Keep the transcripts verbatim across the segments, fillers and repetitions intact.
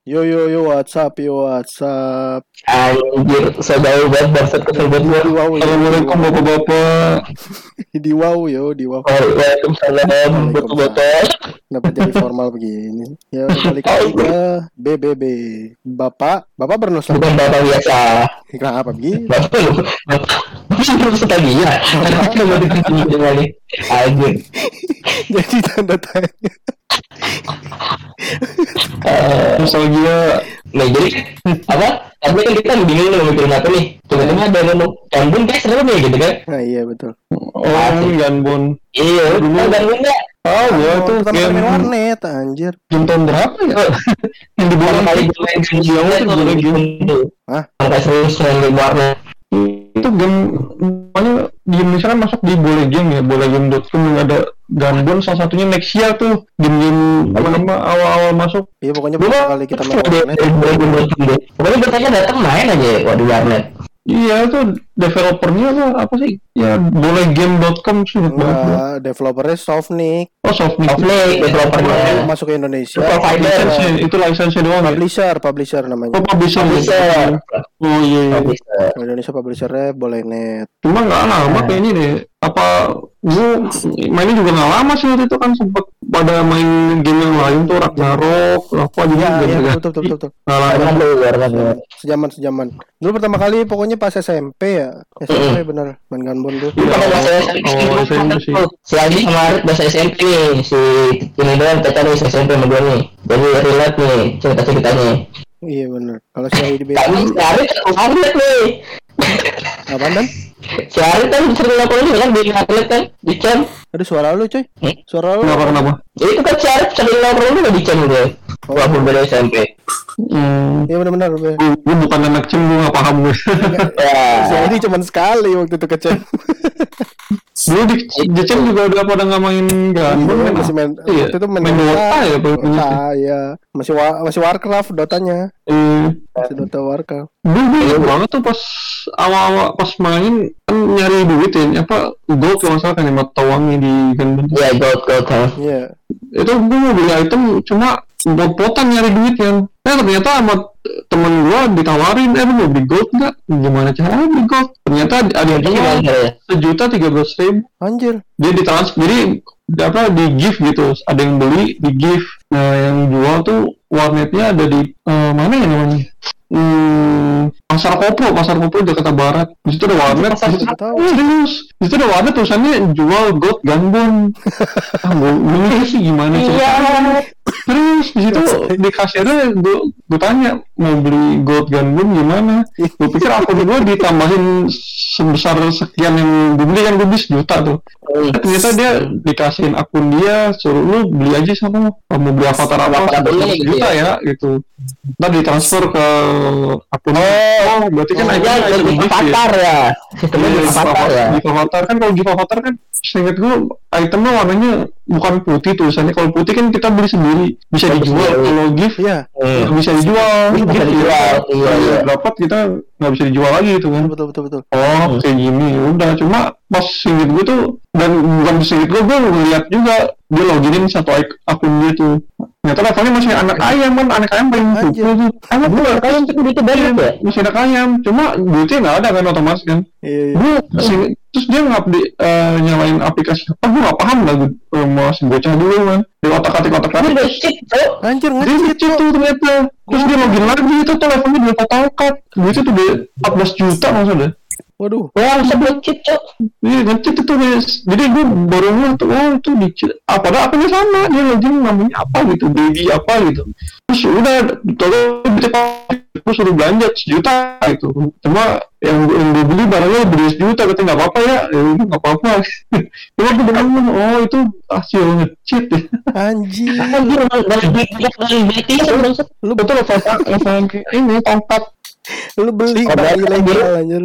Yo yo yo WhatsApp yo WhatsApp. Anjir, sedau banget bangsat kesel banget Di gua. wow yo. Assalamualaikum bapak-bapak. Di wow yo di wow. Waalaikumsalam bapak-bapak. Kenapa jadi formal begini? Ya udah balik lagi ke B B B. Bapak, bapak bernusa. Bukan bapak biasa. Kenapa begini? Bapak lu, bapak. Bapak bernusa lagi ya. Kenapa mau dikunci kembali? Anjir. Jadi tanda tanya. Uh, nostalgia. Nah jadi apa? Tapi kan kita bingung nih mikirin apa nih. Tiba-tiba ada yang ngomong Ganbun guys seru nih gitu kan? Nah iya betul. Oh Ganbun. Iya dulu Ganbun nggak? Oh gua tuh game warnet anjir. Game tahun berapa ya? Yang dibuang kali gue main game dia itu boleh game itu. Hah? Sampai serius main game warnet. Itu game pokoknya di Indonesia kan masuk di boleh game ya, boleh game dot com yang ada Ganbun, salah satunya Nexia tuh game-game apa nama awal-awal masuk. Iya pokoknya pertama kali kita main warnet. Pokoknya bertanya datang main aja ya di warnet. Iya itu developernya apa, apa sih? Ya boleh game dot com sih. Nah, developernya Softnik. Oh Softnik. Softnik developernya masuk ke Indonesia. Provider. Itu license doang. Publisher, publisher namanya. Oh publisher. Publisher. Oh iya. Di Indonesia publishernya boleh net. Cuma nggak lama kayak ini deh. Apa lu mainnya juga nggak lama sih waktu itu kan sempet pada main game yang lain tuh Ragnarok apa juga. Iya, gitu, iya kan. betul betul betul. Nggak lama. Sejaman sejaman. Dulu pertama kali pokoknya pas S M P ya. S M P bener main Ganbun tuh. Itu pada bahasa S M P. Oh, S M P sih. Si Adi sama Arit bahasa S M P nih. Si ini doang kita nih S M P sama gue nih. Jadi relate nih cerita-ceritanya. Iya bener. Kalau si Adi beda. Tapi si Arit kan relate nih. Apaan Dan? Si Arit kan sering laporin kan di relate kan di chat. Ada suara lu coy. Hmm? Suara lu. Kenapa kenapa? Jadi itu kan si Arit sering laporin juga di chat gue. Walaupun beda S M P. Hmm. Iya benar-benar. Gue bukan anak cem, gue nggak paham gue. Si Adi cuma sekali waktu itu kecil. Dulu di di cem juga udah pada nggak main Ganbun kan? Masih main. Iya. Waktu itu main Main Dota ya, Dota ya. Masih wa- masih Warcraft Dotanya. Eh, Masih Dota Warcraft. Dulu gue ingat banget tuh pas awal-awal pas main kan nyari duit ya, apa gold kalau nggak salah kan ya, mata uangnya di Ganbun. Iya gold gold kan. Iya. Itu gue mau beli item cuma bot-botan nyari duit kan. Nah ternyata sama temen gue ditawarin, eh lu mau beli gold nggak? Gimana caranya beli gold? Ternyata ada yang jual sejuta tiga belas ribu. Anjir. Dia ditransfer, jadi apa di gift gitu. Ada yang beli di gift. Nah yang jual tuh warnetnya ada di uh, mana ya namanya? Hmm, pasar Kopro, pasar Kopro Jakarta Barat. Di situ ada warnet. Di situ, serius. Di situ ada warnet tulisannya jual gold Ganbun. Ah, gue sih gimana sih? Terus di situ di kasirnya gue gue tanya mau beli gold Ganbun gimana? Gue pikir akun gue ditambahin sebesar sekian yang gue beli kan gue beli sejuta tuh. Ternyata dia dikasihin akun dia suruh lu beli aja sama mau beli avatar apa sebesar sejuta ya gitu. Ntar ditransfer ke akun. Oh, berarti kan aja itu di avatar ya. Sistemnya di avatar ya. Di avatar kan kalau di avatar kan seingat gue itemnya warnanya bukan putih tulisannya. Kalau putih kan kita beli sendiri bisa dijual. Kalau gift Iya. bisa dijual. Bisa dijual. Iya. Dapat kita nggak bisa dijual lagi gitu kan. Betul betul betul. Oh kayak gini udah cuma pas singkat gue tuh dan bukan singkat gue gue ngeliat juga dia loginin satu akun dia tuh. Ternyata levelnya masih anak ayam kan, anak ayam paling kupu tuh. Anak anak ayam itu duitnya banyak ya? Masih anak ayam, cuma duitnya nggak ada kan otomatis kan. Iya iya. Gue sing- terus dia ngupdate uh, nyalain aplikasi apa gue nggak paham lah gue uh, masih bocah dulu kan. Di otak-atik otak-atik. Udah cheat tuh. Anjir Dia ngecit ngecit tuh ternyata. Terus dia login lagi itu tuh levelnya dua tongkat. Duitnya tuh udah empat belas juta maksudnya. Waduh. Wah bisa beli cheat tuh. Iya ngecit itu guys. Jadi gue baru ngeliat tuh, oh itu di ah, padahal akunnya sama, dia login namanya apa gitu, baby apa gitu. Terus udah tolong gue suruh belanja sejuta gitu. Cuma yang yang gue beli barangnya beli sejuta, katanya nggak apa-apa ya, ya udah nggak apa-apa. Cuma gue bener oh itu hasil ngecit ya. Anjir. Anjir dari banyak dari betting sebelum Lu betul level level ini tongkat. Lu beli bayi ilegal anjir.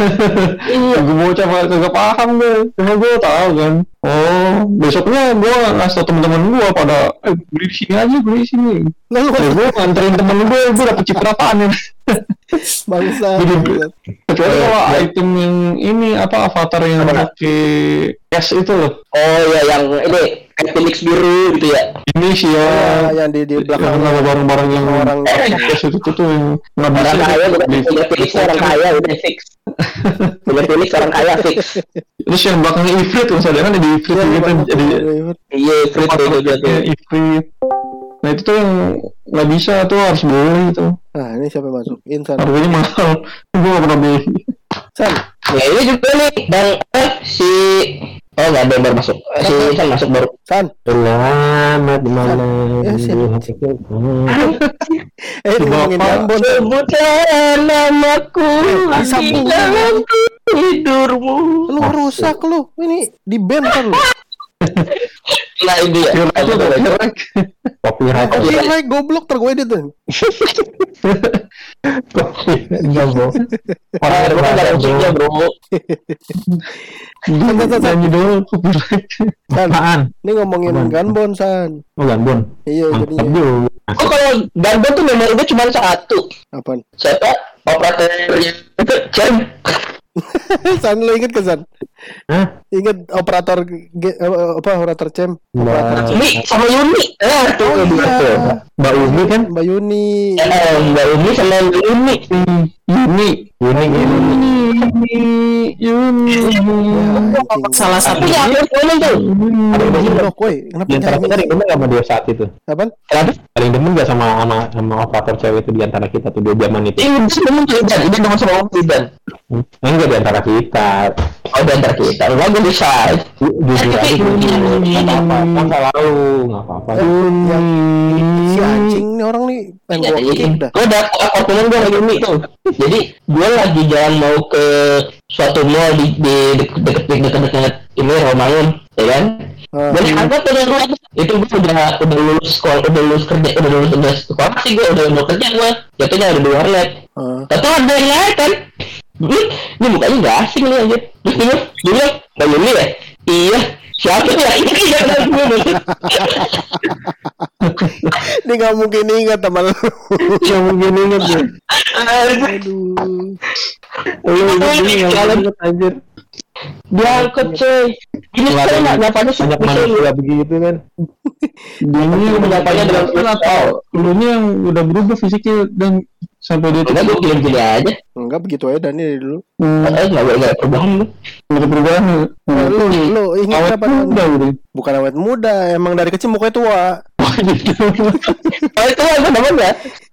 Iya, gue mau coba kagak paham gue, cuma gue tahu kan. Oh, besoknya gue ngasih tau teman-teman gue pada, eh beli di sini aja, beli di sini. Lalu Eh, gue nganterin temen gue, gue dapet cipratan ya. Bangsa. Kecuali Eh, kalau ya. item yang ini apa avatar yang Apa? pakai cash itu loh. Oh ya yang ini Felix biru gitu ya. Ini sih Ya, ya. yang di di Yang belakang nama barang-barang yang orang cash itu tuh, tuh yang nggak bisa Orang kaya udah di- punya Felix orang kaya udah fix. Punya Felix orang kaya fix. Terus yang belakangnya Ifrit misalnya kan di Ifrit ya, gitu banyak jadi tuh. Iya, Frit itu juga tuh. ya, Ifrit. Nah itu tuh yang nggak bisa tuh harus beli itu. Nah, ini siapa yang masuk? Insan. Harganya mahal. Gue nggak pernah beli. San. Ya ini juga nih bang eh, si oh nggak ada yang baru masuk. Si San masuk baru. San. Selamat malam. Ya, siap. di hatiku. Eh, ini ngomongin Bapak. Gambon. Sebutlah namaku Disambung. di dalam tidurmu. Lu rusak lu. Ini di band kan lu. Nah ini ya. Kira itu udah kira. Copyright. Oh, iya, like goblok ter gue edit tuh. Enggak, Bro. Orang itu kan ada musiknya bro. Nyanyi dulu copyright. San. Apaan? Ini ngomongin Apaan? Gambon, San. Oh, Gambon. Iya, Mantap jadinya. juga. Oh kalau Gambon tuh memori gue cuma satu. Apaan? Siapa? Operatornya itu Cem. San, lu inget ke San? Hah? Inget operator ge- apa, apa operator cem? Mbak Ini sama Yuni. Eh tuh Oh dua iya. tuh. Mbak Umi kan? Mbak Yuni. Eh Mbak Yuni sama Yuni. Yuni. Yuni Yuni. Yuni. Salah Tapi ya aku ngomong tuh. Ada yang demen Goblok, woi. Kenapa di antara kita ada nyanyi? yang demen nggak sama dia saat itu? Apaan? Kenapa? Ada yang demen nggak sama sama sama operator cewek itu di antara kita tuh di zaman itu? Ini udah ngomong Tidan. Ini dengan sama Om Tidan. Hmm? Enggak di antara kita. Oh di antara kita. Enggak gue bisa. Ju- Jujur Eh, aja tapi- dulu. Nggak apa-apa, nggak lalu, nggak apa-apa. Yang si anjing nih orang nih pengen Iya, gua iya. kick dah. Gue ada apartemen gue lagi Yuni tuh. Jadi gue lagi jalan mau ke suatu mall di di deket deket deket deket ini Romangun, ya kan? Ah. Dan ada penyerang itu gue udah udah lulus sekolah, udah lulus kerja, udah lulus udah sekolah sih gue udah udah kerja gue. Jatuhnya ada di warnet. Ah. Tapi ada yang lain kan? Ini, ini mukanya nggak asing nih aja. Terus dia bilang, dia bilang, Mbak Yuni ya? Iya. Siapa ya? Ini jangan gue masih. Dia nggak mungkin ingat teman lu. Yang mungkin inget ya. Aduh. Lu inget ini nggak Kalau inget anjir. dia angkat coy. Ini Nggak ada sekarang yang- nyapanya sih. Banyak manusia begitu kan. Dia ini Pendapatnya dengan kan atau lu nya yang udah berubah fisiknya dan sampai dia Enggak, gue gini-gini aja. Enggak begitu aja Dani dari dulu. Hmm, Eh, enggak enggak perubahan lu. nggak ada perubahan. Nah, lu lu ingat Awet apa? muda gitu. Bukan awet muda, emang dari kecil mukanya tua. Oh gitu. Oh itu apa namanya?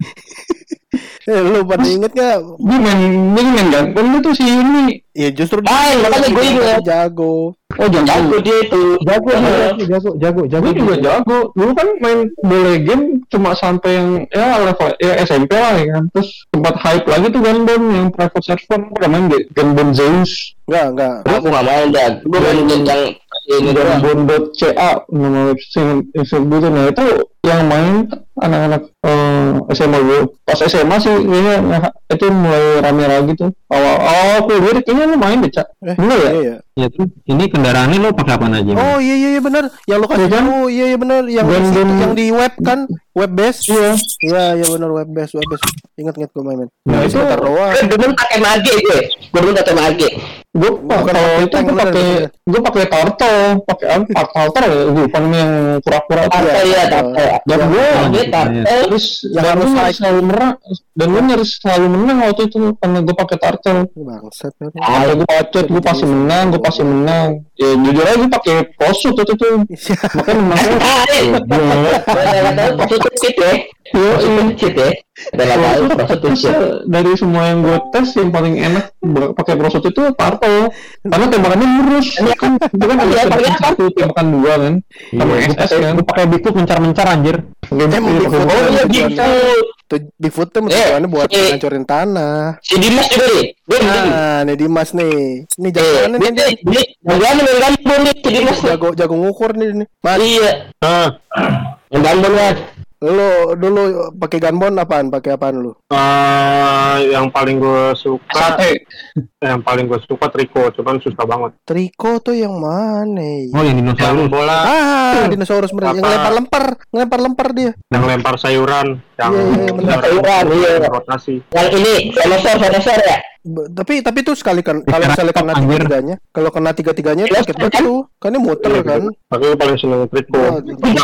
Eh, lu pada inget gak? Dia main dia main ganteng itu si ini. Ya justru Ah, makanya gue inget. jago. Oh Jago jago. dia itu. Jago, jago, jago, jago, jago. Gue juga jago. Dulu kan main bola game cuma sampai yang ya level ya S M P lah ya kan. Terus tempat hype lagi tuh Gundam yang private server pernah main di Gundam Zeus. Enggak, enggak. Aku nggak main dan gue main yang yang ini doang. Gundam.ca nama website website gitu. Nah itu yang main anak-anak eh, S M A gue. Pas S M A sih kayaknya nah, itu mulai rame lagi tuh. Awal awal kuliah kayaknya lu main deh, Cak. Eh, Enggak ya? iya, iya. Ya tuh, ini kendaraannya lo pakai apa aja? Oh iya iya iya benar. Yang lu kasih Iya kan? tahu, iya iya benar. Yang di Gundam. situ, yang di web kan, web base. Iya. Iya iya benar web base, web base. Ingat ingat gue main. Nah, Nah, itu- sebentar doang. Gue dulu pakai mage gue. Gue dulu pakai mage. Gue Bukan kalau pakai itu tank gue bener, pakai bener. gue pakai turtle, pakai apa? Turtle ya, gue bukan yang kura-kura itu. Apa ya? Apa? Dan Yang- gue Mage tak. Eh, terus yang dan harus gue like. nyaris selalu menang dan gue nyaris selalu menang waktu itu karena gue pakai turtle. Bangsat. kan. Sampai gue pacet, gue pasti menang, gue pasti menang. Ya jujur aja gue pakai prosut waktu itu. Makanya menangnya. Udah tahu positif cheat ya. Yo, Positif cheat ya. Udah nggak tahu positif Terus cheat. dari semua yang gue tes yang paling enak ber- pakai prosot itu turtle karena tembakannya lurus kan itu kan ada Iya, pakai tembakan apa? satu tembakan dua kan sama Iya, S S kan gue pakai bikut mencar-mencar anjir. Emang Iya, Bigfoot Oh tuh iya tujuan- gitu. tu- Bigfoot tuh Eh, tujuannya buat eh. ngancurin tanah. Si Dimas juga nih. Dia mending. Nah, nih Dimas nih. Ini Eh, jagoannya dia nih. dia dia jagoan main gambon nih si Dimas. nih. Jago jago ngukur nih nih. Mas, Iya. Ah, Main gambon kan. Lo dulu pakai gunbond apaan? Pakai apaan lu? Uh, yang paling gue suka Sate. yang paling gue suka triko, cuman susah banget. Triko tuh yang mana? Oh, yang Yang dinosaurus. bola, Ah, dinosaurus bener. Yang Apa? lempar-lempar, ngelempar-lempar dia. yang lempar sayuran, yang Iya, iya, benar. Sayuran, iya. rotasi. Yang ini dinosaur dinosaur ya. B- tapi tapi tuh sekali kan kalau Triceratops, misalnya kena anjir. tiga-tiganya, kalau kena tiga-tiganya itu sakit banget tuh. Kan ini muter kan. Tapi gue paling seneng triko. Wah,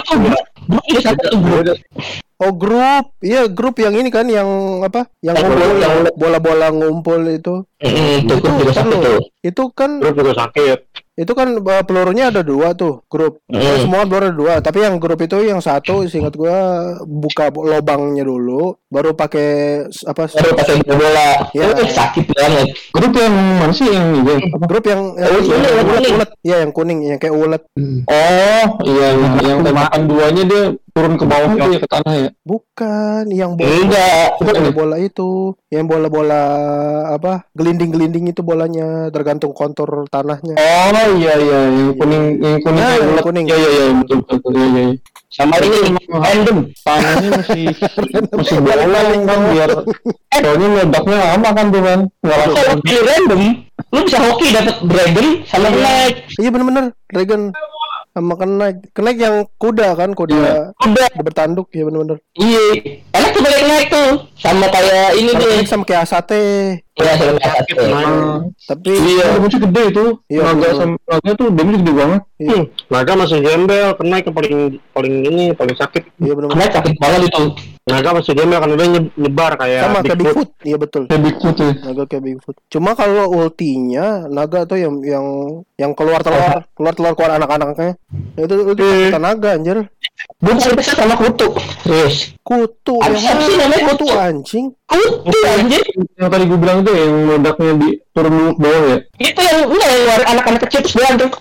Grup ini satu tuh grup. Oh, grup. Iya, grup yang ini kan yang apa? Yang Yang ngumpul, bola- yang bola-bola ngumpul itu. Hmm, itu Itu grup juga kan satu lo. tuh. Itu kan Grup juga sakit. itu kan uh, pelurunya ada dua tuh grup. Hmm. Semua peluru ada dua, tapi yang grup itu yang satu seingat gua buka bo- lobangnya dulu, baru pakai s- apa? Baru pakai bola. Iya. Itu sakit banget. Grup yang mana sih yang ini? Grup yang yang Oh, yang ini yang ulet, kuning. ulet. Iya, yang kuning, yang kayak ulet. Oh, iya, iya. Yang tembakan duanya dia turun ke bawah tuh ya ke tanah ya. Bukan, yang bola Enggak. bola-bola itu, yang bola-bola apa? Gelinding-gelinding itu bolanya, tergantung kontur tanahnya. Oh, iya, iya. Yang kuning, yang kuning. Nah, kayak yang bulat. kuning. Iya, iya, iya. Betul, betul. Iya, iya. Sama ini random. Tanahnya masih masih bolong kan biar soalnya meledaknya lama kan tuh kan. Nggak Kalau langsung. pilih random, lu bisa hoki dapat dragon sama knight. Iya bener-bener, dragon sama kenaik, kenaik yang kuda kan, kuda Iya. Udah. kuda bertanduk ya bener-bener. Iya. Enak tuh balik naik tuh. Sama kayak ini Kalau deh. kenaik sama kayak Asate, Iya, sama kayak Sakit, satu. main. tapi Iya, damage gede itu. Iya, Naga betul. sama naga tuh damage gede banget. Hmm, naga masih gembel, kena ke paling paling ini paling sakit. iya bener-bener Knight sakit banget itu. Naga masih gembel karena dia nye- nyebar kayak sama kayak Bigfoot. Bigfoot, iya betul. Kayak Bigfoot ya. Naga kayak Bigfoot. Cuma kalau ultinya naga tuh yang yang yang keluar telur, keluar telur keluar anak-anaknya. Itu itu kita naga anjir. Gue bisa bisa sama kutu. Terus. Kutu Apa yang sih namanya kutu kutu? anjing. Kutu anjir. Yang tadi gue bilang tuh yang meledaknya di turun dulu ke bawah ya. Itu yang enggak yang luar anak-anak kecil terus berantem.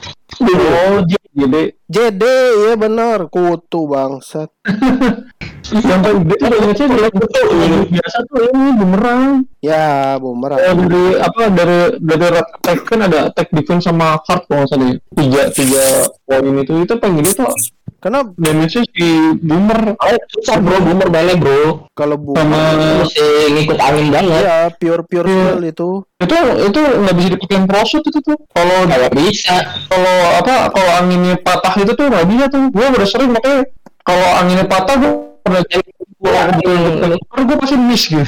Oh, jadi J D iya bener, kutu bangsat. yang paling gede tuh damage-nya adalah betul. Yang biasa tuh ini bumerang. Ya, bumerang. Eh, dari apa dari dari red attack kan ada attack defense sama card kalau nggak salah ya. Tiga tiga poin itu itu paling gede tuh Karena damage-nya si boomer. Oh, susah bro, boomer banget bro. kalau Sama bumerang Mesti ngikut angin banget. ya pure pure Iya. skill itu. itu itu nggak bisa dipakai prosut itu tuh. Kalau Nggak bisa. kalau apa kalau anginnya patah itu tuh nggak bisa tuh. Gue udah sering makanya kalau anginnya patah gue udah Ntar gue pasti miss gitu.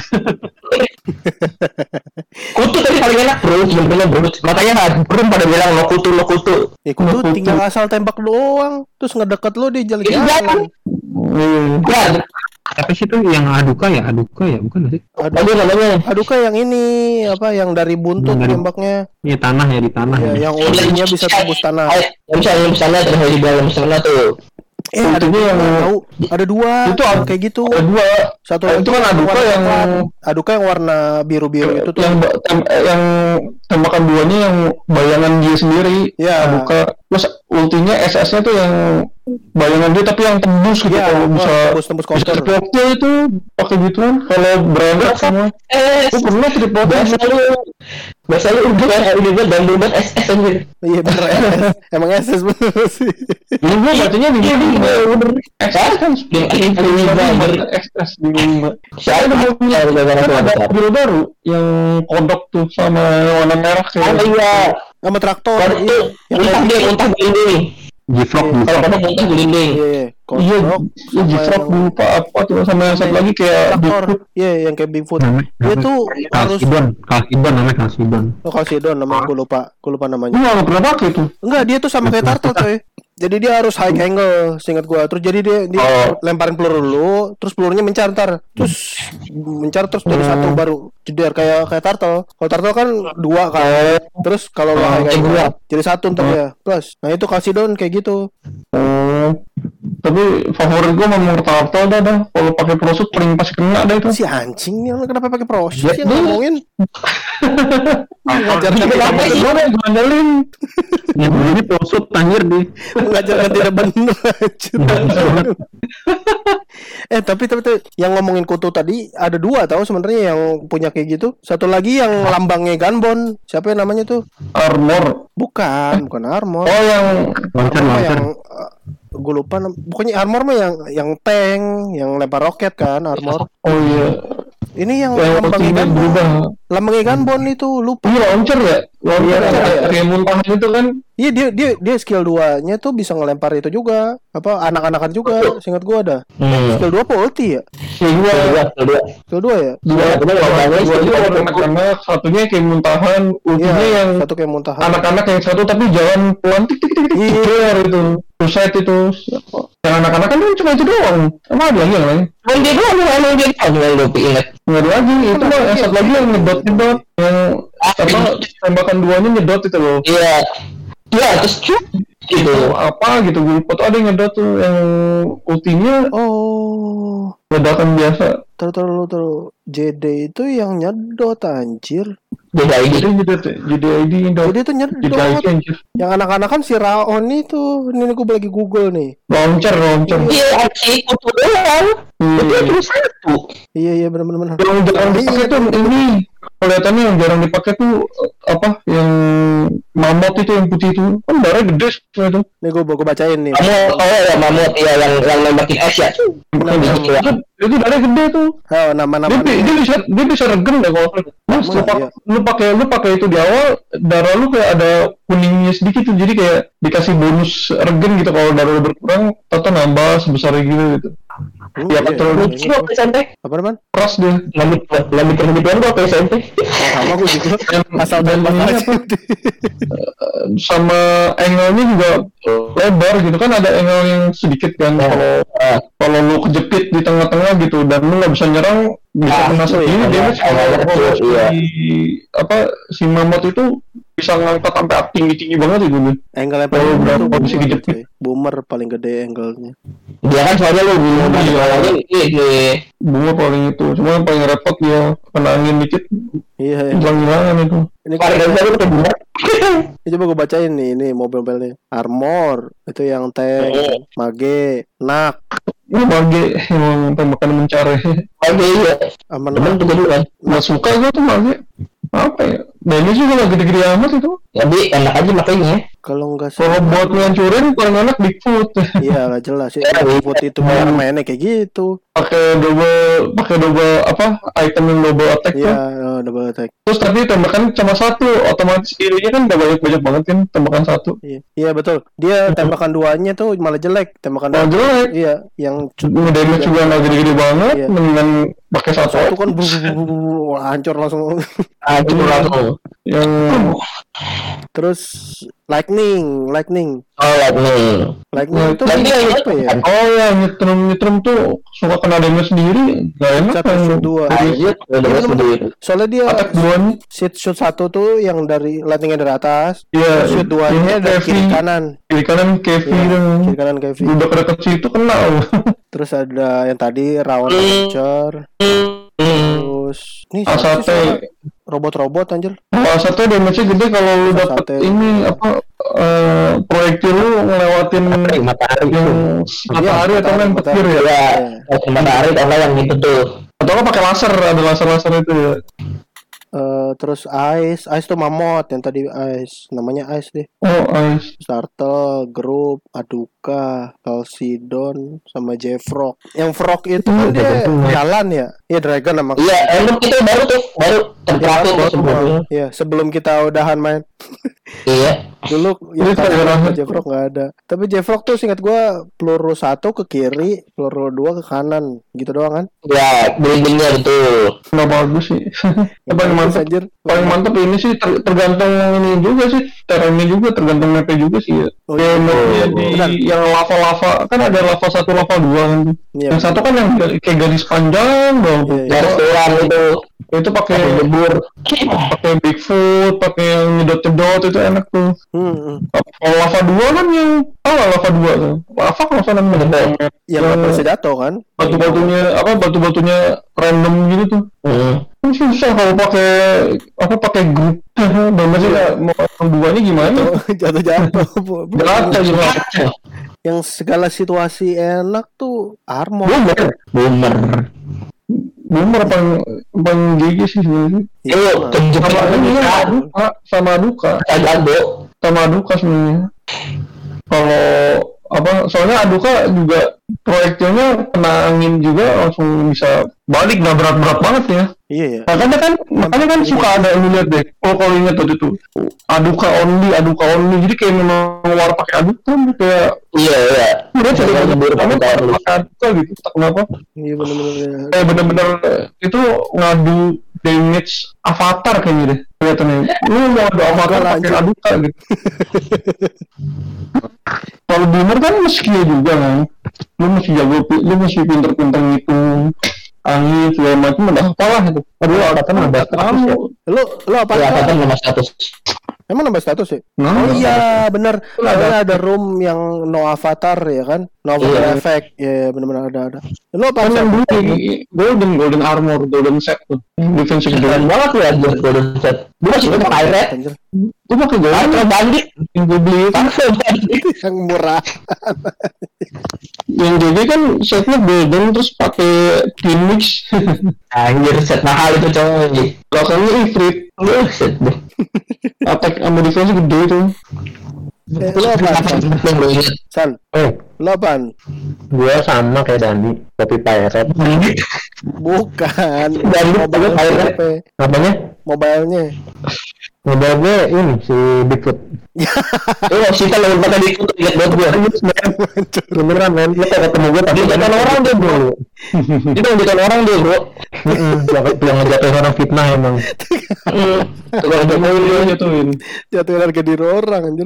Kutu tadi paling enak bro, bener-bener bro. Makanya belum pada bilang lo kutu, lo kutu. Ya kutu Kutu. tinggal asal tembak doang, terus ngedeket lo di jalan Iya, jalan. Hmm. Ya, Tapi sih itu yang aduka ya, aduka ya, bukan nggak sih? Aduh, aduh namanya. aduh kayak yang ini apa yang dari buntut Yang dari- tembaknya. Iya tanah ya, di tanah Ya, ya. yang ultinya bisa tembus tanah. Yang bisa yang sana terus di dalam sana tuh. Eh ada Ultinya dua, yang- tahu? Ada dua. Itu yang ada- kayak gitu. Ada dua. Satu Eh, itu kan aduka warna yang- coklat. aduka yang warna biru-biru itu tuh. yang ba- tem- eh, yang tembakan duanya yang bayangan dia sendiri. Iya. Aduka. Terus ultinya S S-nya tuh yang bayangan dia tapi yang tembus gitu Iya, kalau bisa tembus tembus bisa counter. triple itu pakai gituan kalau berangkat semua. Eh, Gue pernah triple bahasa lu, bahasa lu udah kan ini gue dan buat S S anjir. Iya bener S S. Emang S S bener sih. Ini gue bacanya di sini bener S S kan Yang akhir kali bener. S S di lima. Saya udah mau punya Kan ada mobil baru yang kodok tuh sama warna merah Oh kayak. iya, Sama traktor. kalau itu Iya. muntah dia muntah gelinding. G-Frog, Iya. Kalau kamu muntah gelinding. Iya, iya. Iya, Kodok iya G-Frog yang lupa apa tuh sama yang satu lagi kayak traktor. Bigfoot. Iya, yang kayak Bigfoot. namanya Dia tuh harus Kalsidon, Kalsidon namanya Kalsidon. oh, Kalsidon namanya aku lupa, aku lupa namanya. Gue nggak pernah pakai tuh. Enggak, dia tuh sama kayak turtle coy. Jadi dia harus high angle, seingat gua. Terus jadi dia, dia Oh. lemparin peluru dulu, terus pelurunya mencar ntar. Terus mencar terus jadi satu baru jeder kayak kayak turtle. Kalau turtle kan dua kan. Terus kalau lo high eh, angle dua. jadi satu ntar ya. Plus. Nah, itu Kalsidon kayak gitu. Oh, tapi favorit gue memang turtle dah dah. Kalau pakai prosut paling pas kena dah itu. Si anjing nih, lu kenapa pakai proses Ya, sih dia- ngomongin? Ngajar Tapi apa sih gue yang gue andalin? Yang ini posut anjir di. Mengajarkan tidak benar. anjir. eh tapi tapi tapi, yang ngomongin kutu tadi ada dua tahu sebenarnya yang punya kayak gitu. Satu lagi yang lambangnya Gunbon. Siapa yang namanya tuh? Armor. Bukan, bukan armor. Oh yang Launcher Armor launcher. yang uh, gue lupa nam- pokoknya armor mah yang yang tank, yang lempar roket kan armor. oh iya. Ini yang Yang lambangnya ultimate Gunbon. berubah. Lambangnya Gunbon itu lupa. Iya launcher ya. Launcher Iya, yang iya. kayak muntahan itu kan. Iya dia dia dia skill dua-nya tuh bisa ngelempar itu juga. Apa anak-anakan juga, seingat gua ada. Hmm. Skill dua apa ulti ya? Kedua. Kedua, kedua. Skill dua ya? Dua. Kedua Dua lambangnya dua skill itu dua. buat anak-anak. Satunya kayak muntahan. Ultinya Iya, yang satu kayak muntahan. anak-anak yang satu tapi jalan pelan tik tik tik tik Iya. keluar itu. Pusat itu. Yang anak-anak kan cuma itu doang. Sama ada lagi yang lain. Emang dia doang, emang dia doang yang gue inget. Nggak ada lagi. Itu mah yang satu lagi yang nyedot nyedot. Yang apa tembakan duanya nyedot itu loh. Iya. Iya, terus cuk gitu. Itu apa gitu gue lupa tuh ada yang nyedot tuh yang ultinya Oh, ledakan biasa. terus terus terus J D itu yang nyedot anjir. Beda ini. Jadi nyedot jadi I D nyedot. Jadi itu Jadi I D nyedot. anjir. Yang anak-anak kan si Raon itu. Ini gue lagi Google nih. Launcher launcher. Iya, si kutu doang. Itu Hmm. cuma satu. Iya iya benar-benar. Yang jarang dipakai tuh ini kelihatannya yang jarang dipakai tuh apa yang mamut itu yang putih itu kan darah gede semua itu. Nih gue gue bacain nih. Mamut, oh ya mamut, iya yang yang nembakin es ya. Itu, itu darah gede tuh. Oh, nama-nama. Dia, bi- dia bisa dia bisa regen deh kalau nggak salah. Mas, lu, Iya. pak- lu pakai lu pakai itu di awal darah lu kayak ada kuningnya sedikit tuh jadi kayak dikasih bonus regen gitu kalau darah lu berkurang atau nambah sebesar gitu gitu. Hmm, Iya, iya, betul. iya, Lucu iya. waktu S M P. Apa namanya? Keras dia. Lamit lamit kehidupan gua waktu S M P. Sama gue juga. Dan, Asal dan tembak ini aja. apa, sama angle-nya juga lebar gitu kan ada angle yang sedikit kan kalau Ah, kalau lu kejepit di tengah-tengah gitu dan lu nggak bisa nyerang bisa Ah, kena itu sendiri iya. damage Iya, kalau betul, kalau iya. si apa si mamut itu bisa ngangkat sampai tinggi-tinggi banget itu nih. Angle-nya Kalau paling udah gede tuh posisi boomer, kejepit. cuy. Boomer paling gede angle-nya. dia kan soalnya lu bingung Iya. masalahnya ini. Bunga paling itu cuma yang paling repot dia kena angin dikit Iya, iya. hilang-hilangan itu. Ini Paling kan, gak bisa lu pakai bunga. ini coba gue bacain nih, ini mobil-mobilnya. Armor, itu yang tank, Oh. mage, nak, Ini mage emang tembakan mencari. Oke iya. aman Temen tuh kedua. Nggak suka gue tuh mage. Apa ya? Damage juga nggak gede-gede amat itu. Jadi enak aja makanya. Kalau nggak Kalau salah. buat ngancurin paling enak Bigfoot. Iya nggak jelas sih. Eh, Bigfoot itu cara mainnya kayak gitu. Pakai double pakai double apa? Item yang double attack Iya, tuh. oh, double attack. Terus tapi tembakan cuma satu, otomatis kirinya kan udah banyak-banyak banget kan tembakan satu. Iya, iya betul. Dia tembakan duanya tuh malah jelek. Tembakan Kalau jelek, Iya, yang damage juga nggak gede-gede banget, Iya. mendingan pakai satu. satu kan brr, brr, brr, brr, wah, hancur langsung. Ah itu langsung. Yang Terus lightning, lightning, Oh lightning. lightning itu Lightning yang apa ya? oh ya nyetrum nyetrum tuh suka kena damage sendiri, nggak enak Satu kan? shoot dua. Anjir, udah Iya, sendiri. Soalnya dia Attack duanya, shoot shoot satu tuh yang dari lightningnya dari atas, iya. shoot duanya ini dari Kevi, kiri kanan, kiri kanan Kevi Iya, dan kiri kanan Kevin. udah deket situ kena. Terus ada yang tadi Rawan Hmm. Launcher, Hmm. terus nih siapa sih suara Asate, robot-robot anjir. Asate damage-nya gede kalau lu dapet Asate. ini apa eh, proyektil lu ngelewatin Matahari, matahari itu. yang matahari atau yang matahari. petir ya? Ya, kalau matahari karena yang itu tuh. Atau nggak pakai laser, ada laser-laser itu ya? Eh, terus Ice, Ice tuh mamot yang tadi Ice, namanya Ice deh. Oh, ice. Startle, Group, Aduka, Calcidon, sama J-Frog. Yang Frog itu kan dia jalan ya? Iya Dragon sama. Iya, emang itu baru tuh, baru terterakhir tuh sebelumnya. Iya, sebelum kita udahan main. Iya. Dulu Ini yang tadi gara-gara- sama J-Frog nggak ada. Tapi J-Frog tuh singkat gua peluru satu ke kiri, peluru dua ke kanan, gitu doang kan? Ya, buildingnya betul. Nggak bagus sih. Yang paling mantap, anjir. paling mantap ini sih ter- tergantung ini juga sih, terrainnya juga, tergantung mapnya juga sih ya. Oh, Kayak iya. mapnya di Benar. yang lava-lava, kan ada lava satu, lava dua kan. Iya, Yang satu kan yang kayak garis panjang banget. Iya, iya. Garis tulang itu, Itu pakai pakai jebur. pakai Bigfoot, pakai yang nyedot-nyedot itu enak tuh. Hmm, hmm. Kalau lava dua kan yang oh lava dua tuh. Lava kalau sana namanya. Yang nggak bisa jatuh kan? Batu-batunya apa batu-batunya random gitu tuh. Hmm. Hmm, susah kalau pakai apa pakai grup. Bener sih ya, mau duanya gimana? Jatuh-jatuh. Berata gimana? Yang segala situasi enak tuh Armor. Boomer, boomer. Boomer paling paling gigi sih sebenarnya. Yo, kejepit Sama ini kan. duka, sama duka, Jago. sama duka sebenarnya. Kalau apa soalnya Aduka juga proyeknya kena angin juga langsung bisa balik, nah berat-berat banget ya. Iya ya. Makanya kan makanya kan suka ada yang lihat deh. Oh kalau ingat waktu itu Aduka only, Aduka only. Jadi kayak memang war pakai Aduka kayak Iya, iya. udah jadi Jangan bener pakai pakai Aduka. Aduka gitu. Tak kenapa? Iya benar-benar. Kayak bener-bener eh, itu ngadu damage avatar kayaknya deh. Kelihatannya. Lu mau adu avatar pakai Aduka gitu. Kalau boomer kan skill juga kan. Lu mesti jago, lu mesti pinter-pinter ngitung angin segala macam udah kalah itu. Aduh, angkatan nambah kamu. Lu lu apa? Ya, kata nama status. Emang nambah status ya? Nah, Oh iya benar. Ada. Ada ada room yang no avatar ya kan? No avatar Iya. effect. Ya benar-benar ada ada. Lu apa? kan yang Sam? dulu di golden golden armor, golden set tuh. Defensive Keren golden. banget lu ya golden set. Gue masih pakai pirate. Anjir. Gue pakai golden. Pirate bandit. Yang gue beli itu Paksa bandit. Yang murah. yang G G kan setnya golden terus pakai phoenix. Anjir set mahal itu coy. Belakangnya ifrit. Lu set deh. Attack sama defense gede tuh. Eh, lu apa? San? Yang lu ingat. San, Eh, lu apaan? gua sama kayak Dandi, tapi pirate. Bukan. Dari mobile dulu pirate. H P. Namanya? Mobilenya. Modal gue ini si Bigfoot. Oh, kita lawan pada di itu ingat banget gue. Beneran men, lu kalau ketemu gue tapi Dia kan orang dia bro. Dia kan orang dia bro. Heeh, yang ngejatuhin orang fitnah emang. Tukang Ada mau jatuhin. dia jatuhin. Jatuhin harga diri orang anjir.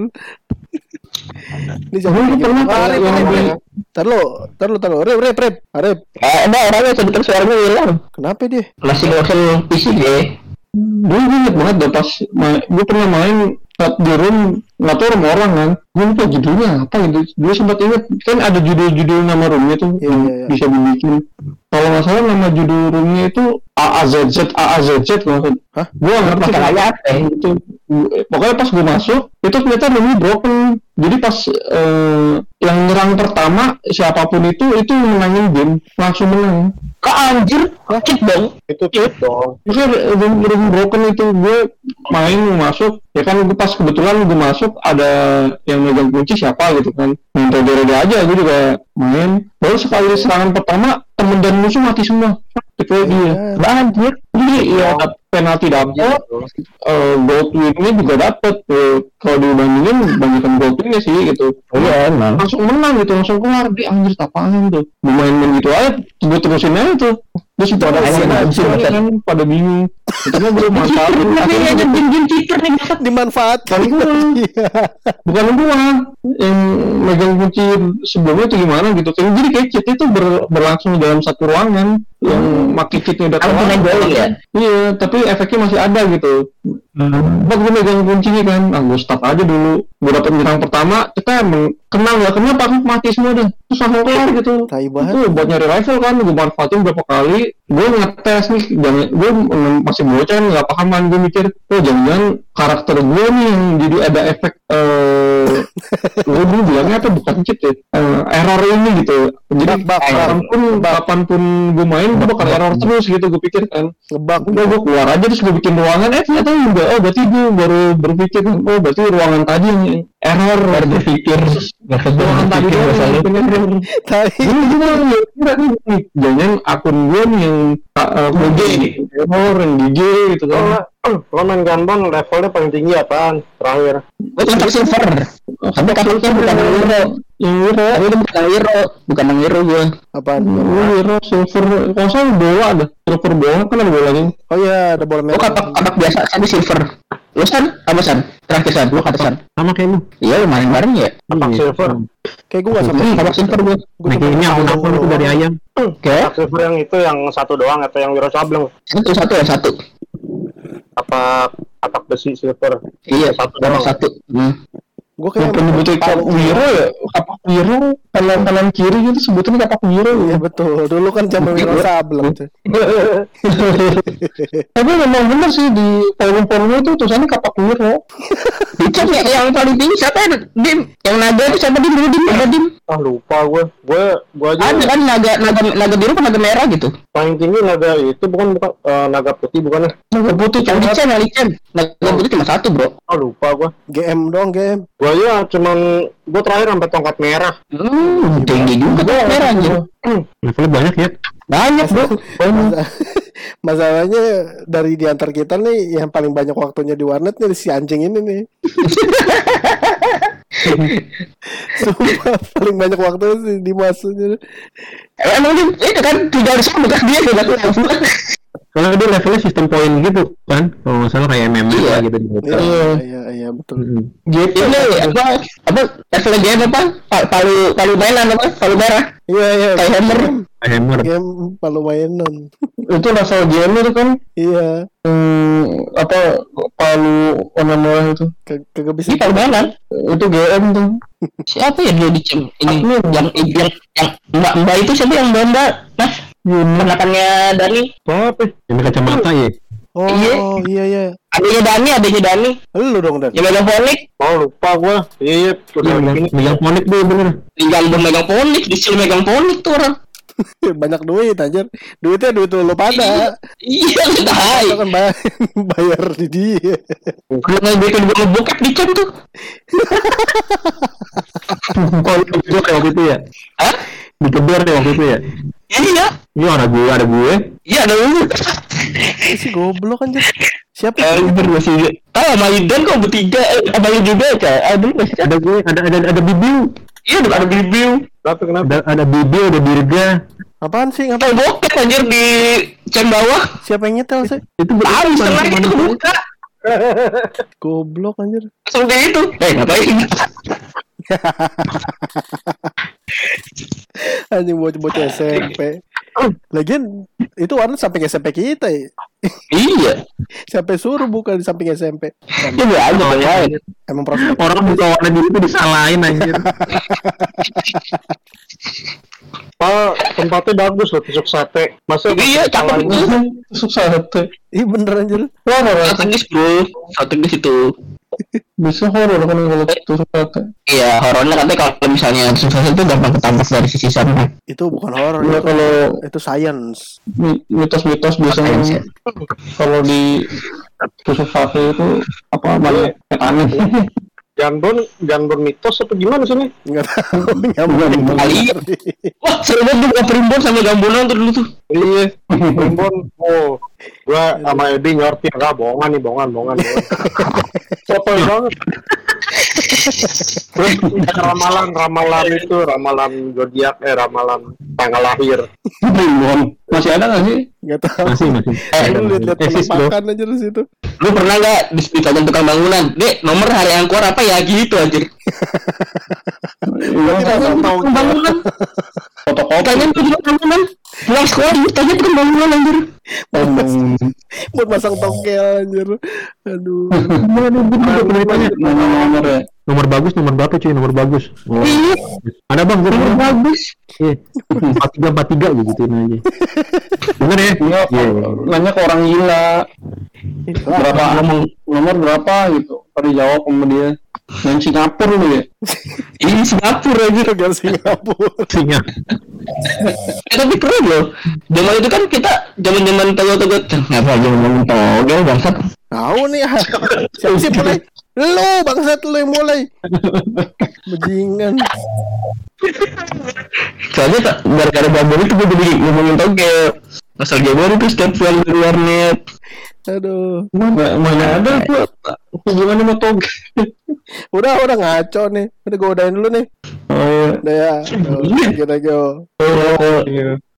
Ini siapa? Gue pernah Ah, Rep, yang Rep, beli Rep. Tar lu, tar lu, tar lu. Rep, rep, rep. Arep. Eh, emang orangnya sebentar suaranya hilang. Kenapa dia? Masih bosan P C deh. dulu gue inget banget dah pas ma- gue pernah main saat di room nggak tahu rumah orang kan, gue lupa judulnya apa gitu. Gue sempat inget kan ada judul-judul nama roomnya tuh Iya, yang iya, iya. bisa dibikin. Kalau nggak salah nama judul roomnya itu A A Z Z A A Z Z kalau nggak salah. Hah? Gue nggak ngerti Masalahnya apa ya? itu. Pokoknya pas gue masuk itu ternyata roomnya broken. Jadi pas eh, yang nyerang pertama siapapun itu itu menangin game langsung menang. Kok anjir? Cheat dong. Itu cheat dong. Itu room, room broken itu gue main mau masuk ya kan, gue pas kebetulan gue masuk ada yang megang kunci siapa gitu kan, main rede-rede aja gue juga main. Baru sekali serangan pertama temen dan musuh mati semua kecuali dia. Anjir. Jadi ya penalti dapet, uh, gold win-nya juga dapet. Uh, kalau dibandingin banyakan gold win-nya sih gitu. Iya emang. Langsung menang gitu, langsung keluar. Di anjir apaan tuh, gue main-main gitu aja, gue terusin aja tuh. Terus pada Terusin pada aja. bingung kan, pada bingung. Itu kan belum manfaatin. Akhirnya Ini jin-jin cheater nih. Dimanfaatkan. Iya. bukan gua yang megang kunci sebelumnya itu gimana gitu. Kayak jadi kayak cheat itu ber- berlangsung dalam satu ruangan yang makin cheatnya udah Kamu kelar. main bowling ya? Iya, tapi efeknya masih ada gitu. Buat gue megang kuncinya kan, nah gue start aja dulu. Gue dapet nyerang pertama, kita emang kenal gak kenal, pak mati semua dah. Terus langsung kelar gitu. Tai banget. Itu buat nyari level kan, gue manfaatin berapa kali. Gue ngetes nih, jangan, gue mm, masih bocah kan, gak paham kan. Gue mikir, oh jangan-jangan karakter gue nih yang jadi ada efek, eh, gue dulu bilangnya apa, bukan cheat ya, eh, error ini gitu. Jadi Bug, bug, kapanpun, kapanpun gue main, gue bakal error terus gitu, gue pikir kan. Ngebug. Udah gue keluar aja terus gue bikin ruangan, eh ternyata juga, oh berarti gue baru berpikir, oh berarti ruangan tadi yang error. Baru berpikir. Ruangan tadi doang yang bikin error. Tai. Ini juga kira nih, jangan akun gue nih yang uh, G G. error, yang G G gitu kan. Lo main Gunbound levelnya paling tinggi apaan? Terakhir. Gue kontak silver. Tapi kasusnya bukan yang hero. Yang hero, Tapi itu bukan yang hero. Bukan yang hero gue. Apaan? gue hero, silver, kalau saya bola ada, silver bola kan ada bolanya. Oh iya, ada bola Gue merah. kapak kapak biasa. Tapi silver. Lu San? Apa San? Terakhir San. Lu kata San. Sama kayak lu. Iya lu main bareng ya? Kapak silver. Kayak gue gak sampai. Hmm, kapak silver gue. Gua Nah cuma- ini akun-akun itu dari ayam. Oke. Kapak silver yang itu yang satu doang atau yang Wiro Sableng? Satu satu ya satu. Kapak kapak besi silver. Iya Satu satu doang. satu. Hmm. Gue Yang kayak penyebutnya kapak wiro ya, kapak wiro kanan kanan kiri gitu sebutnya kapak wiro Iya ya. betul. Dulu kan zaman Wiro Sableng tuh. Tapi memang bener sih di forum-forum itu tulisannya kapak wiro. Dicek ya yang paling tinggi siapa ya? Dim. Yang naga itu siapa Dim? Dulu Dim. Ada Dim. Ah lupa gue. Gue gue aja Ada kan naga naga naga biru apa naga merah gitu. paling tinggi naga itu bukan bukan eh, naga putih bukan ya? Naga putih Yang cuma licen, yang licen. Naga putih cuma satu bro. Ah lupa gue. G M dong G M. Gue aja cuman gue terakhir sampai tongkat merah. Hmm, tinggi juga tuh merah anjir. Levelnya banyak ya. Banyak bro. Masa- Masalahnya dari di antar kita nih yang paling banyak waktunya di warnet nih si anjing ini nih. Sumpah paling banyak waktunya si Dimas. Emang Dim, itu kan tiga hari sebelum bekas dia juga tuh. Kalau dia levelnya sistem poin gitu kan, kalau nggak salah kayak M M A Iya. gitu. Iya iya iya betul. Mm-mm. gitu. Ini apa apa level game apa? Pa- Palu palu mainan apa? Palu merah. Iya iya. Kayak hammer. Hammer. Game palu mainan. Itu level game itu kan Iya. hmm, apa palu warna merah itu. K- Kagak bisa. Ini palu mainan. Itu G M tuh. Siapa ya dulu di cem ini yang yang yang mbak mbak itu siapa yang mbak mbak mas penakannya Dani Siapa? Yang kacamata ya. Oh Iya. iya iya. adanya Dani adanya Dani Lu dong Dan. yang megang fonik Oh lupa gue. Iya iya. Udah Iya, begini. megang ponik deh bener. tinggal megang fonik disuruh megang fonik tuh orang Banyak duit anjir. Duitnya duit lu pada. iya tahu Lu kan bayar, bayar di dia. kalau nggak gitu gue ngebokep di cem tuh Oh, itu kayak waktu itu ya. hah Dikeber ya waktu itu ya. iya Iya ada gue, ada gue. iya ada lu Ini si goblok anjir. Siapa? eh berdua sih tahu sama Idan kok bertiga eh sama lu juga cah ah dulu masih Ada gue, ada ada ada Bibiu. iya udah ada bibiu Kenapa kenapa? Ada ada Bibiu, ada Dirga. Apaan sih? kita Ngapain? bokep anjir di cem bawah Siapa yang nyetel sih? Itu tahu setengah itu kebuka Goblok anjir. langsung kayak itu eh ngapain Anjing bocah-bocah S M P. Lagian itu warnet samping S M P kita ya. iya Sampai suruh buka di samping S M P. itu gue aja yang lain Emang proses. Orang buka warna dulu itu disalahin anjir. Pak tempatnya bagus loh tusuk sate. Masa iya cakep itu Susah sate. Iya bener anjir. Wah, horor. strategis bro strategis itu Bisa horor kan kalau tusuk sate. iya horornya katanya kalau misalnya susah itu gampang ketangkap dari sisi sana Itu bukan horor Ya itu. kalau Itu science. mi- mitos-mitos biasanya kalau di tusuk sate itu apa banyak setannya. Ganbon Ganbon mitos apa gimana sih nih? Enggak tahu nyambung. kali wah seru banget tuh buka primbon sama gambonan tuh dulu tuh Iya. Ganbon. Oh. Gua sama Edi nyorti enggak bohongan nih bohongan bohongan. bohongan. Sotoy banget. Terus ramalan ramalan itu ramalan zodiak eh ramalan tanggal lahir. Primbon. Masih ada nggak sih? Enggak tahu. Masih masih. Lu lihat-lihat Eksis, bro. penampakan aja di situ. lu pernah nggak ditanya tukang bangunan dek nomor hari yang keluar apa ya gitu anjir Iya. Kita nggak tahu. tukang bangunan Fotokopi. tanya tukang bangunan pulang sekolah ditanya tukang bangunan anjir Buat masang tongkel anjir. Aduh. Nomor ya. Nomor bagus, nomor berapa cuy? Nomor bagus. Oh. iya Ada bang, gue nomor bagus Iya. Empat tiga empat tiga gituin aja. Bener ya? Iya, Iya. nanya ke orang gila. Berapa nomor nomor berapa gitu. Pada jawab sama dia. Main Singapura lu ya. ini Singapura anjir Negara Singapura. Singa. eh, tapi keren loh zaman itu kan kita zaman zaman togel-togel ngapa zaman zaman togel bangsat Tahu nih. Siapa sih mulai? Lu bangsat lu yang mulai. Bajingan. soalnya tak gara-gara babon itu gue jadi ngomongin togel asal jabar itu setiap pulang dari warnet Aduh. Mana, mana ada tuh hubungannya sama togel. Udah udah ngaco nih. Udah gue udahin dulu nih. Oh, Udah ya. Tuh, Gitu aja. oh, iya.